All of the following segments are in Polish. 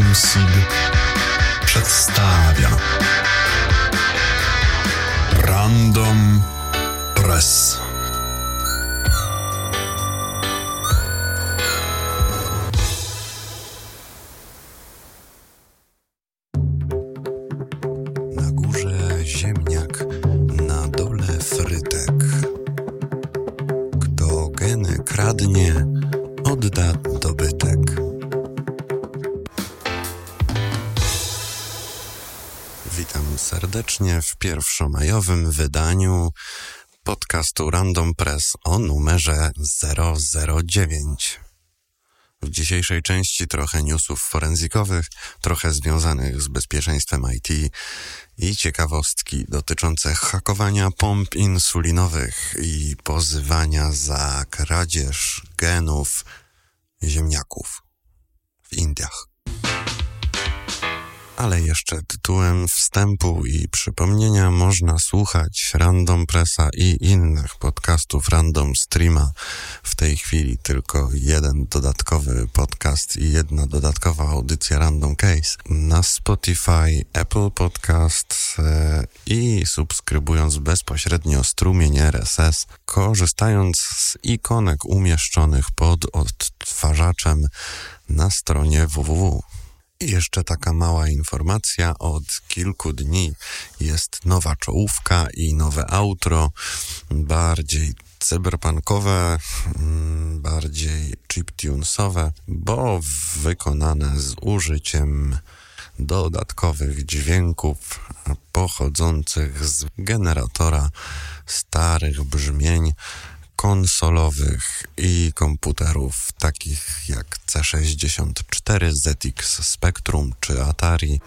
Seed przedstawia Random Press. Na górze ziemniak, na dole frytek. Kto geny kradnie, odda dobytek. Witam serdecznie w pierwszomajowym wydaniu podcastu Random Press o numerze 009. W dzisiejszej części trochę newsów forenzikowych, trochę związanych z bezpieczeństwem IT i ciekawostki dotyczące hakowania pomp insulinowych i pozywania za kradzież genów ziemniaków w Indiach. Ale jeszcze tytułem wstępu i przypomnienia można słuchać Random Pressa i innych podcastów Random Streama. W tej chwili tylko jeden dodatkowy podcast i jedna dodatkowa audycja Random Case na Spotify, Apple Podcast i subskrybując bezpośrednio strumień RSS, korzystając z ikonek umieszczonych pod odtwarzaczem na stronie www. I jeszcze taka mała informacja, od kilku dni jest nowa czołówka i nowe outro, bardziej cyberpunkowe, bardziej chiptunesowe, bo wykonane z użyciem dodatkowych dźwięków pochodzących z generatora starych brzmień konsolowych i komputerów takich jak C64, ZX Spectrum czy Atari.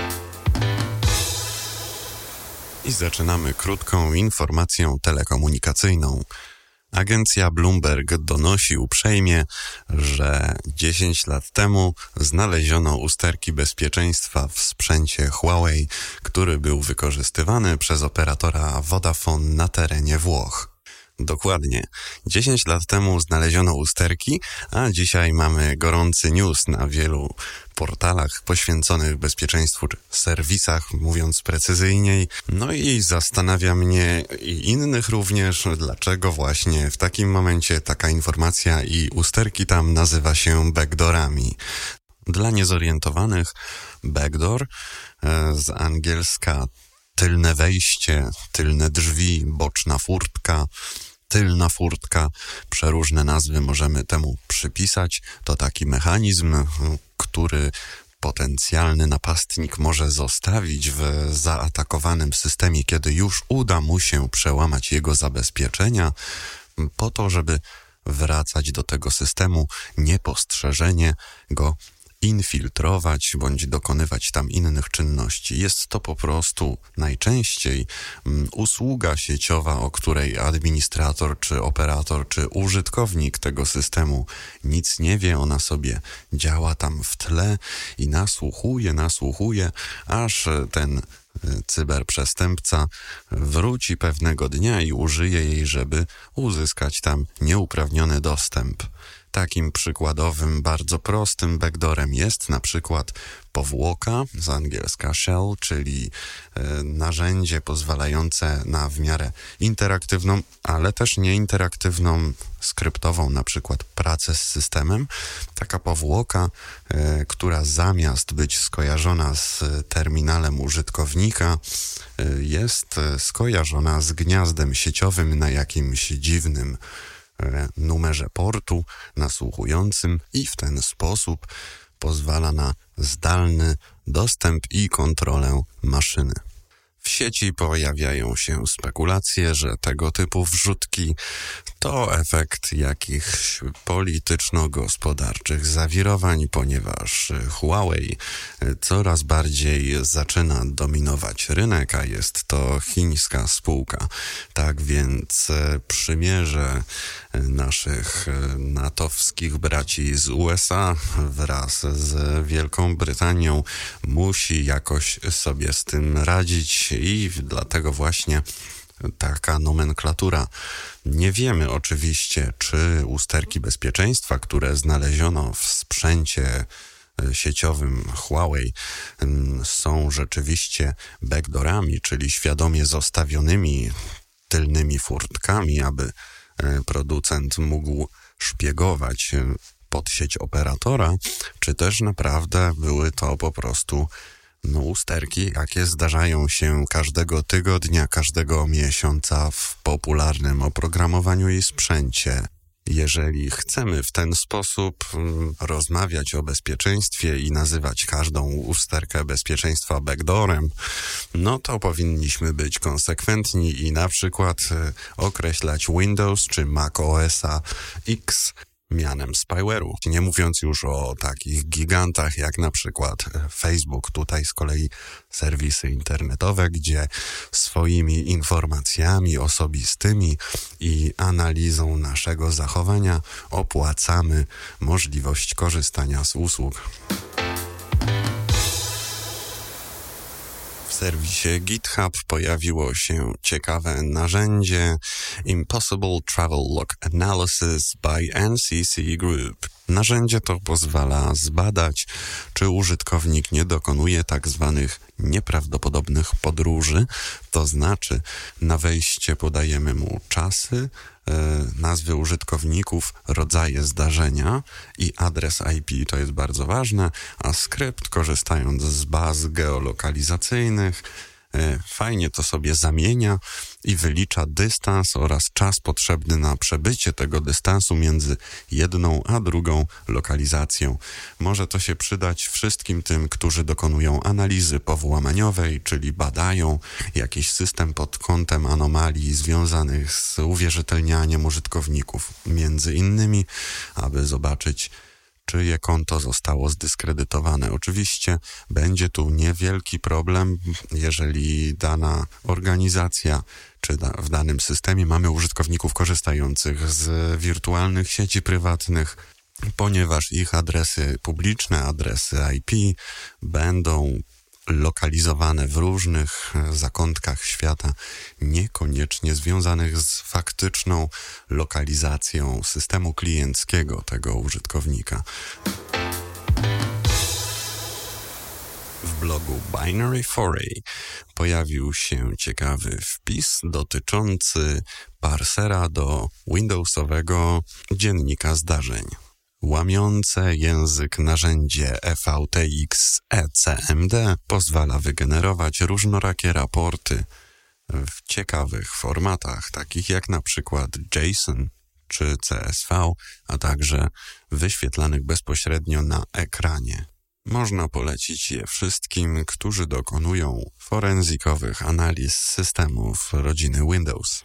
I zaczynamy krótką informacją telekomunikacyjną. Agencja Bloomberg donosi uprzejmie, że 10 lat temu znaleziono usterki bezpieczeństwa w sprzęcie Huawei, który był wykorzystywany przez operatora Vodafone na terenie Włoch. Dokładnie. 10 lat temu znaleziono usterki, a dzisiaj mamy gorący news na wielu portalach poświęconych bezpieczeństwu, czy serwisach, mówiąc precyzyjniej. No i zastanawia mnie i innych również, dlaczego właśnie w takim momencie taka informacja i usterki tam nazywa się backdoorami. Dla niezorientowanych backdoor z angielska tylne wejście, tylne drzwi, boczna furtka, tylna furtka, przeróżne nazwy możemy temu przypisać. To taki mechanizm, który potencjalny napastnik może zostawić w zaatakowanym systemie, kiedy już uda mu się przełamać jego zabezpieczenia, po to, żeby wracać do tego systemu niepostrzeżenie, go infiltrować bądź dokonywać tam innych czynności. Jest to po prostu najczęściej usługa sieciowa, o której administrator, czy operator, czy użytkownik tego systemu nic nie wie. Ona sobie działa tam w tle i nasłuchuje, aż ten cyberprzestępca wróci pewnego dnia i użyje jej, żeby uzyskać tam nieuprawniony dostęp. Takim przykładowym, bardzo prostym backdoorem jest na przykład powłoka, z angielska shell, czyli narzędzie pozwalające na w miarę interaktywną, ale też nieinteraktywną, skryptową na przykład pracę z systemem. Taka powłoka, która zamiast być skojarzona z terminalem użytkownika, jest skojarzona z gniazdem sieciowym na jakimś dziwnym numerze portu nasłuchującym i w ten sposób pozwala na zdalny dostęp i kontrolę maszyny. W sieci pojawiają się spekulacje, że tego typu wrzutki to efekt jakichś polityczno-gospodarczych zawirowań, ponieważ Huawei coraz bardziej zaczyna dominować rynek, a jest to chińska spółka. Tak więc przymierze naszych natowskich braci z USA wraz z Wielką Brytanią musi jakoś sobie z tym radzić i dlatego właśnie taka nomenklatura. Nie wiemy oczywiście, czy usterki bezpieczeństwa, które znaleziono w sprzęcie sieciowym Huawei są rzeczywiście backdoorami, czyli świadomie zostawionymi tylnymi furtkami, aby producent mógł szpiegować pod sieć operatora, czy też naprawdę były to po prostu usterki, jakie zdarzają się każdego tygodnia, każdego miesiąca w popularnym oprogramowaniu i sprzęcie. Jeżeli chcemy w ten sposób rozmawiać o bezpieczeństwie i nazywać każdą usterkę bezpieczeństwa backdoorem, to powinniśmy być konsekwentni i na przykład określać Windows czy Mac OS X mianem spyware'u. Nie mówiąc już o takich gigantach jak na przykład Facebook. Tutaj z kolei serwisy internetowe, gdzie swoimi informacjami osobistymi i analizą naszego zachowania opłacamy możliwość korzystania z usług. W serwisie GitHub pojawiło się ciekawe narzędzie Impossible Travel Log Analysis by NCC Group. Narzędzie to pozwala zbadać, czy użytkownik nie dokonuje tak zwanych nieprawdopodobnych podróży, to znaczy na wejście podajemy mu czasy, nazwy użytkowników, rodzaje zdarzenia i adres IP, to jest bardzo ważne, a skrypt, korzystając z baz geolokalizacyjnych, fajnie to sobie zamienia i wylicza dystans oraz czas potrzebny na przebycie tego dystansu między jedną a drugą lokalizacją. Może to się przydać wszystkim tym, którzy dokonują analizy powłamaniowej, czyli badają jakiś system pod kątem anomalii związanych z uwierzytelnianiem użytkowników, między innymi, aby zobaczyć, czyje konto zostało zdyskredytowane. Oczywiście będzie tu niewielki problem, jeżeli dana organizacja czy w danym systemie mamy użytkowników korzystających z wirtualnych sieci prywatnych, ponieważ ich adresy publiczne, adresy IP będą lokalizowane w różnych zakątkach świata, niekoniecznie związanych z faktyczną lokalizacją systemu klienckiego tego użytkownika. W blogu Binary Foray pojawił się ciekawy wpis dotyczący parsera do Windowsowego dziennika zdarzeń. Łamiące język narzędzie EVTX ECMD pozwala wygenerować różnorakie raporty w ciekawych formatach, takich jak na przykład JSON czy CSV, a także wyświetlanych bezpośrednio na ekranie. Można polecić je wszystkim, którzy dokonują forenzikowych analiz systemów rodziny Windows.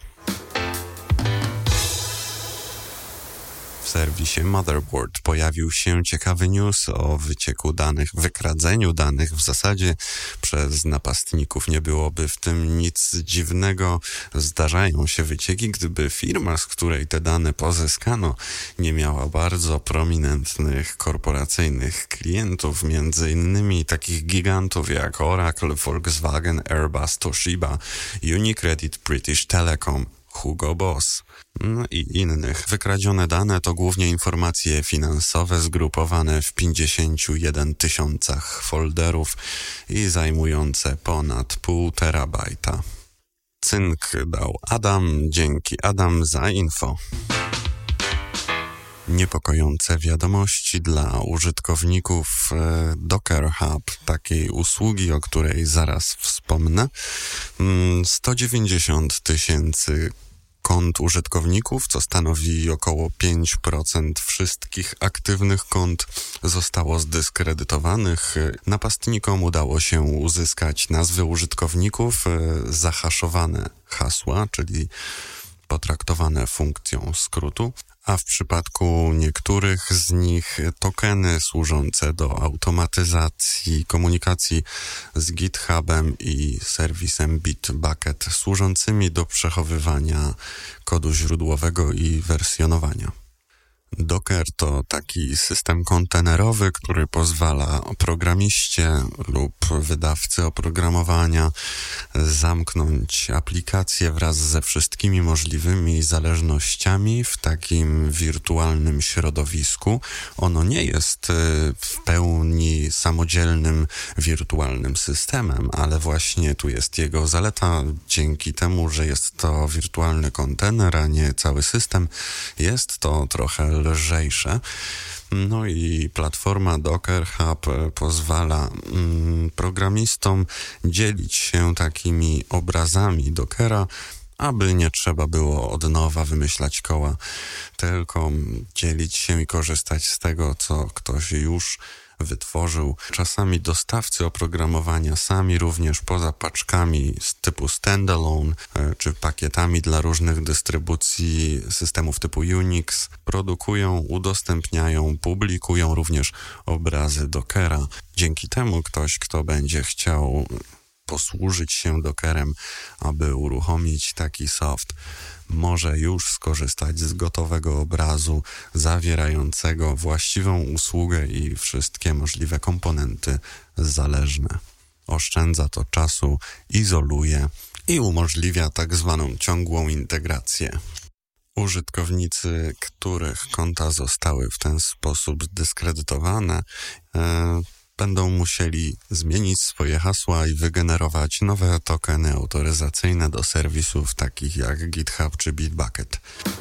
W serwisie Motherboard pojawił się ciekawy news o wycieku danych, wykradzeniu danych w zasadzie przez napastników. Nie byłoby w tym nic dziwnego. Zdarzają się wycieki, gdyby firma, z której te dane pozyskano, nie miała bardzo prominentnych korporacyjnych klientów, między innymi takich gigantów jak Oracle, Volkswagen, Airbus, Toshiba, Unicredit, British Telecom, Hugo Boss i innych. Wykradzione dane to głównie informacje finansowe zgrupowane w 51 tysiącach folderów i zajmujące ponad 0,5 terabajta. Cynk dał Adam, dzięki Adam za info. Niepokojące wiadomości dla użytkowników Docker Hub, takiej usługi, o której zaraz wspomnę. 190 tysięcy kont użytkowników, co stanowi około 5% wszystkich aktywnych kont, zostało zdyskredytowanych. Napastnikom udało się uzyskać nazwy użytkowników, zahaszowane hasła, czyli potraktowane funkcją skrótu, a w przypadku niektórych z nich tokeny służące do automatyzacji komunikacji z GitHubem i serwisem Bitbucket, służącymi do przechowywania kodu źródłowego i wersjonowania. Docker to taki system kontenerowy, który pozwala programiście lub wydawcy oprogramowania zamknąć aplikację wraz ze wszystkimi możliwymi zależnościami w takim wirtualnym środowisku. Ono nie jest w pełni samodzielnym wirtualnym systemem, ale właśnie tu jest jego zaleta. Dzięki temu, że jest to wirtualny kontener, a nie cały system, jest to trochę lżejsze. No i platforma Docker Hub pozwala programistom dzielić się takimi obrazami Dockera, aby nie trzeba było od nowa wymyślać koła, tylko dzielić się i korzystać z tego, co ktoś już wytworzył. Czasami dostawcy oprogramowania sami również poza paczkami z typu standalone czy pakietami dla różnych dystrybucji systemów typu Unix produkują, udostępniają, publikują również obrazy Dockera. Dzięki temu ktoś, kto będzie chciał posłużyć się Dockerem, aby uruchomić taki soft, może już skorzystać z gotowego obrazu zawierającego właściwą usługę i wszystkie możliwe komponenty zależne. Oszczędza to czasu, izoluje i umożliwia tak zwaną ciągłą integrację. Użytkownicy, których konta zostały w ten sposób zdyskredytowane, będą musieli zmienić swoje hasła i wygenerować nowe tokeny autoryzacyjne do serwisów takich jak GitHub czy Bitbucket.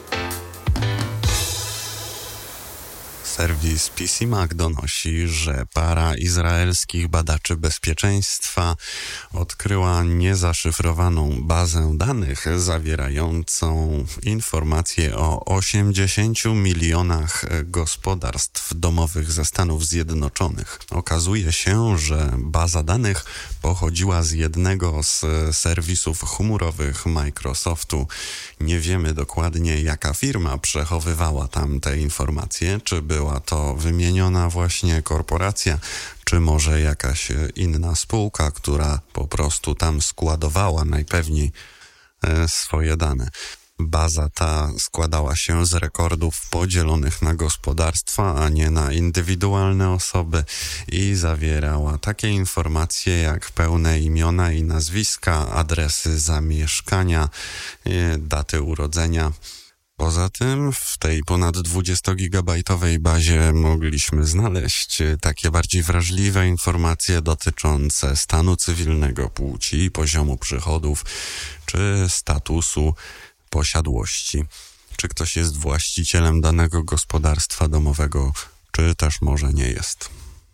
Serwis PCMag donosi, że para izraelskich badaczy bezpieczeństwa odkryła niezaszyfrowaną bazę danych zawierającą informacje o 80 milionach gospodarstw domowych ze Stanów Zjednoczonych. Okazuje się, że baza danych pochodziła z jednego z serwisów chmurowych Microsoftu. Nie wiemy dokładnie, jaka firma przechowywała tam te informacje, czy była to wymieniona właśnie korporacja, czy może jakaś inna spółka, która po prostu tam składowała najpewniej swoje dane. Baza ta składała się z rekordów podzielonych na gospodarstwa, a nie na indywidualne osoby i zawierała takie informacje jak pełne imiona i nazwiska, adresy zamieszkania, daty urodzenia. Poza tym w tej ponad 20-gigabajtowej bazie mogliśmy znaleźć takie bardziej wrażliwe informacje dotyczące stanu cywilnego, płci, poziomu przychodów czy statusu posiadłości. Czy ktoś jest właścicielem danego gospodarstwa domowego, czy też może nie jest.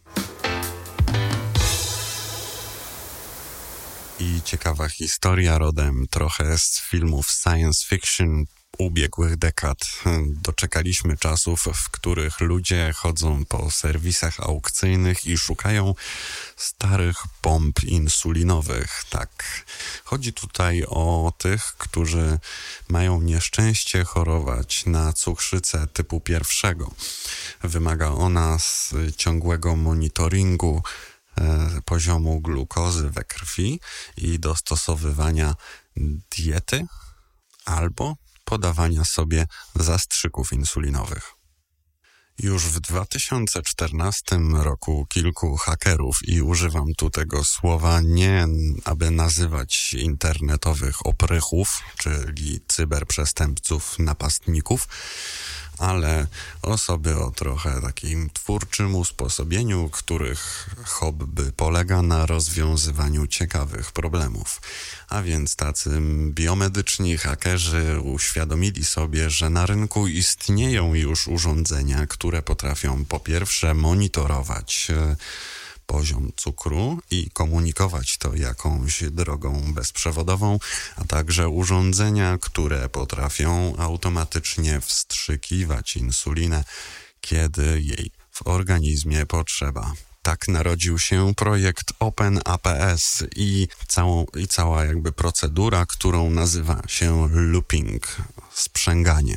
I ciekawa historia rodem trochę z filmów science fiction ubiegłych dekad. Doczekaliśmy czasów, w których ludzie chodzą po serwisach aukcyjnych i szukają starych pomp insulinowych. Tak, chodzi tutaj o tych, którzy mają nieszczęście chorować na cukrzycę typu 1. Wymaga ona ciągłego monitoringu poziomu glukozy we krwi i dostosowywania diety albo podawania sobie zastrzyków insulinowych. Już w 2014 roku kilku hakerów, i używam tu tego słowa nie aby nazywać internetowych oprychów, czyli cyberprzestępców, napastników, ale osoby o trochę takim twórczym usposobieniu, których hobby polega na rozwiązywaniu ciekawych problemów. A więc tacy biomedyczni hakerzy uświadomili sobie, że na rynku istnieją już urządzenia, które potrafią po pierwsze monitorować poziom cukru i komunikować to jakąś drogą bezprzewodową, a także urządzenia, które potrafią automatycznie wstrzykiwać insulinę, kiedy jej w organizmie potrzeba. Tak narodził się projekt OpenAPS i cała jakby procedura, którą nazywa się looping, sprzęganie.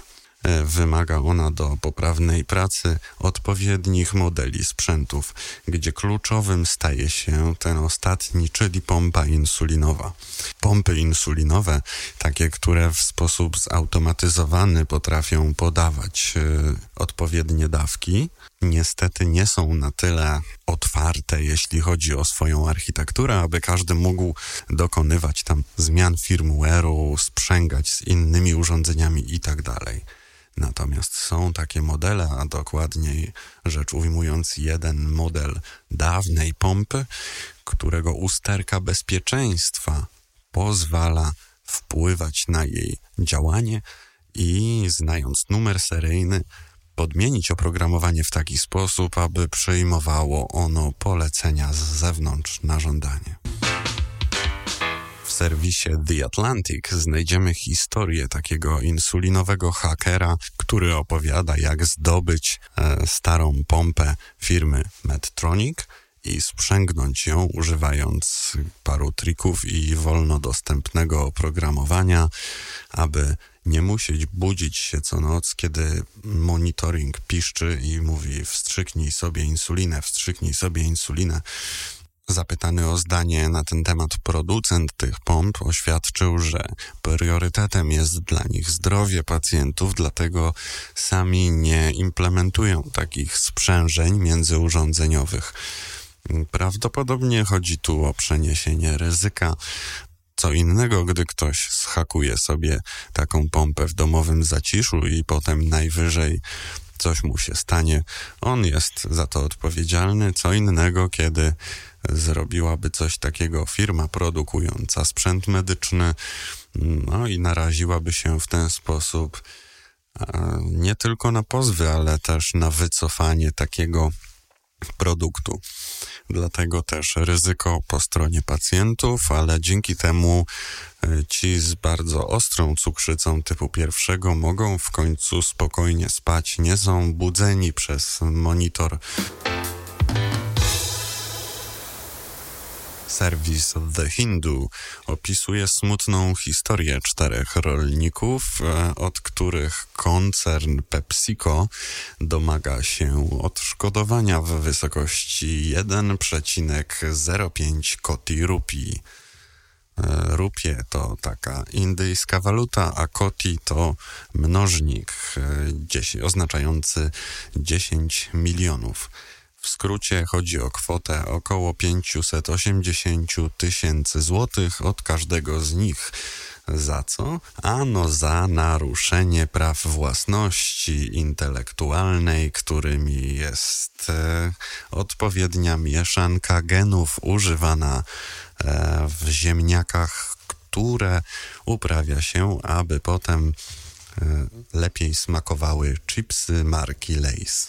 Wymaga ona do poprawnej pracy odpowiednich modeli sprzętów, gdzie kluczowym staje się ten ostatni, czyli pompa insulinowa. Pompy insulinowe, takie, które w sposób zautomatyzowany potrafią podawać odpowiednie dawki, niestety nie są na tyle otwarte, jeśli chodzi o swoją architekturę, aby każdy mógł dokonywać tam zmian firmware'u, sprzęgać z innymi urządzeniami itd. Natomiast są takie modele, a dokładniej rzecz ujmując jeden model dawnej pompy, którego usterka bezpieczeństwa pozwala wpływać na jej działanie i znając numer seryjny podmienić oprogramowanie w taki sposób, aby przyjmowało ono polecenia z zewnątrz na żądanie. W serwisie The Atlantic znajdziemy historię takiego insulinowego hakera, który opowiada, jak zdobyć starą pompę firmy Medtronic i sprzęgnąć ją, używając paru trików i wolnodostępnego oprogramowania, aby nie musieć budzić się co noc, kiedy monitoring piszczy i mówi wstrzyknij sobie insulinę. Zapytany o zdanie na ten temat producent tych pomp oświadczył, że priorytetem jest dla nich zdrowie pacjentów, dlatego sami nie implementują takich sprzężeń międzyurządzeniowych. Prawdopodobnie chodzi tu o przeniesienie ryzyka. Co innego, gdy ktoś zhakuje sobie taką pompę w domowym zaciszu i potem najwyżej coś mu się stanie. On jest za to odpowiedzialny. Co innego, kiedy zrobiłaby coś takiego firma produkująca sprzęt medyczny, no i naraziłaby się w ten sposób nie tylko na pozwy, ale też na wycofanie takiego produktu. Dlatego też ryzyko po stronie pacjentów, ale dzięki temu ci z bardzo ostrą cukrzycą typu 1 mogą w końcu spokojnie spać, nie są budzeni przez monitor. Serwis The Hindu opisuje smutną historię 4 rolników, od których koncern PepsiCo domaga się odszkodowania w wysokości 1,05 koti rupii. Rupie to taka indyjska waluta, a koti to mnożnik oznaczający 10 milionów. W skrócie chodzi o kwotę około 580 000 złotych od każdego z nich. Za co? Ano za naruszenie praw własności intelektualnej, którymi jest odpowiednia mieszanka genów używana w ziemniakach, które uprawia się, aby potem lepiej smakowały chipsy marki Lay's.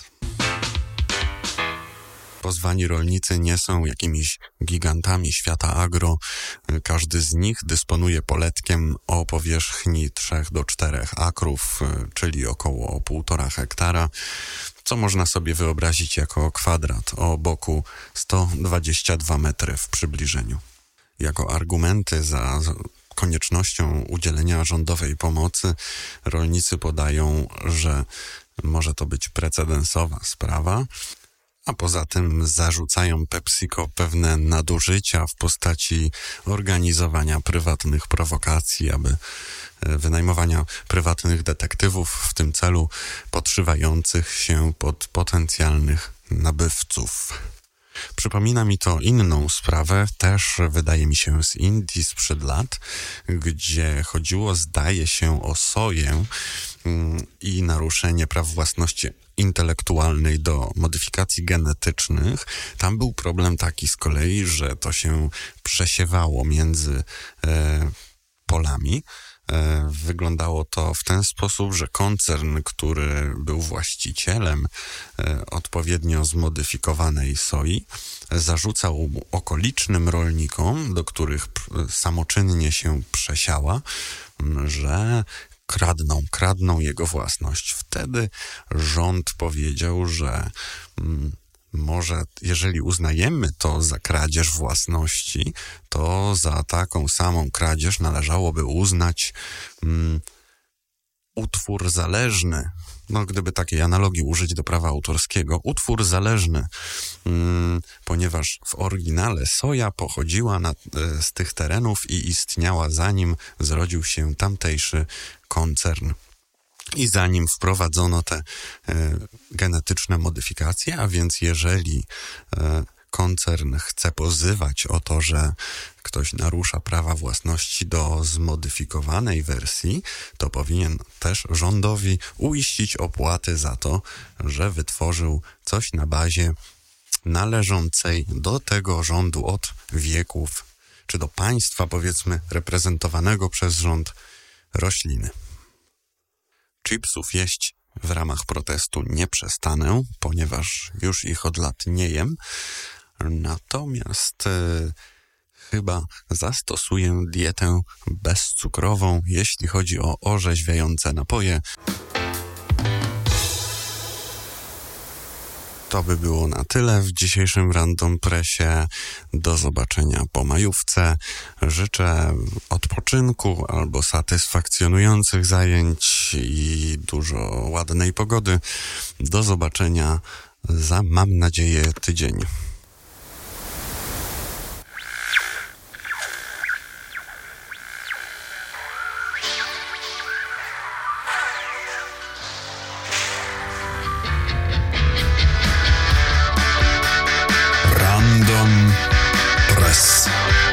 Pozwani rolnicy nie są jakimiś gigantami świata agro. Każdy z nich dysponuje poletkiem o powierzchni 3 do 4 akrów, czyli około 1,5 hektara, co można sobie wyobrazić jako kwadrat o boku 122 metry w przybliżeniu. Jako argumenty za koniecznością udzielenia rządowej pomocy rolnicy podają, że może to być precedensowa sprawa, a poza tym zarzucają PepsiCo pewne nadużycia w postaci organizowania prywatnych prowokacji, aby wynajmowania prywatnych detektywów w tym celu podszywających się pod potencjalnych nabywców. Przypomina mi to inną sprawę, też wydaje mi się z Indii sprzed lat, gdzie chodziło, zdaje się, o soję i naruszenie praw własności intelektualnej do modyfikacji genetycznych. Tam był problem taki z kolei, że to się przesiewało między polami. Wyglądało to w ten sposób, że koncern, który był właścicielem odpowiednio zmodyfikowanej soi, zarzucał okolicznym rolnikom, do których samoczynnie się przesiała, że kradną jego własność. Wtedy rząd powiedział, że może jeżeli uznajemy to za kradzież własności, to za taką samą kradzież należałoby uznać utwór zależny, no gdyby takiej analogii użyć do prawa autorskiego, utwór zależny, ponieważ w oryginale soja pochodziła z tych terenów i istniała zanim zrodził się tamtejszy koncern. I zanim wprowadzono te genetyczne modyfikacje, a więc jeżeli koncern chce pozywać o to, że ktoś narusza prawa własności do zmodyfikowanej wersji, to powinien też rządowi uiścić opłaty za to, że wytworzył coś na bazie należącej do tego rządu od wieków, czy do państwa, powiedzmy, reprezentowanego przez rząd rośliny. Chipsów jeść w ramach protestu nie przestanę, ponieważ już ich od lat nie jem. Natomiast chyba zastosuję dietę bezcukrową, jeśli chodzi o orzeźwiające napoje. To by było na tyle w dzisiejszym Random Pressie. Do zobaczenia po majówce. Życzę odpoczynku albo satysfakcjonujących zajęć i dużo ładnej pogody. Do zobaczenia za, mam nadzieję, tydzień. Random Press.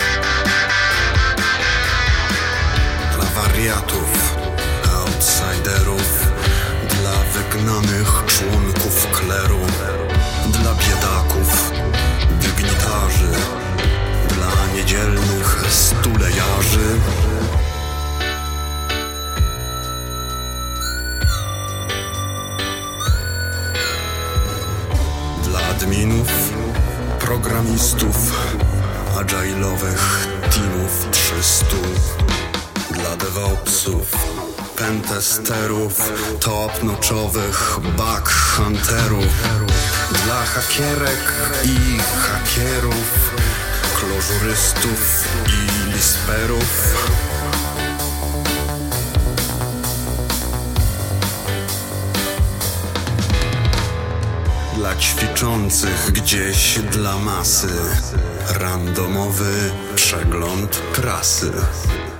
Dla wariatów, outsiderów, dla wygnanych członków kleru, dla biedaków, dygnitarzy, dla niedzielnych stulejarzy. Dla adminów, programistów, agile'owych teamów 300, dla DevOpsów, pentesterów, top-notchowych bug hunterów, dla hakierek i hakierów, klożurystów i lisperów. Dla ćwiczących gdzieś dla masy, randomowy przegląd prasy.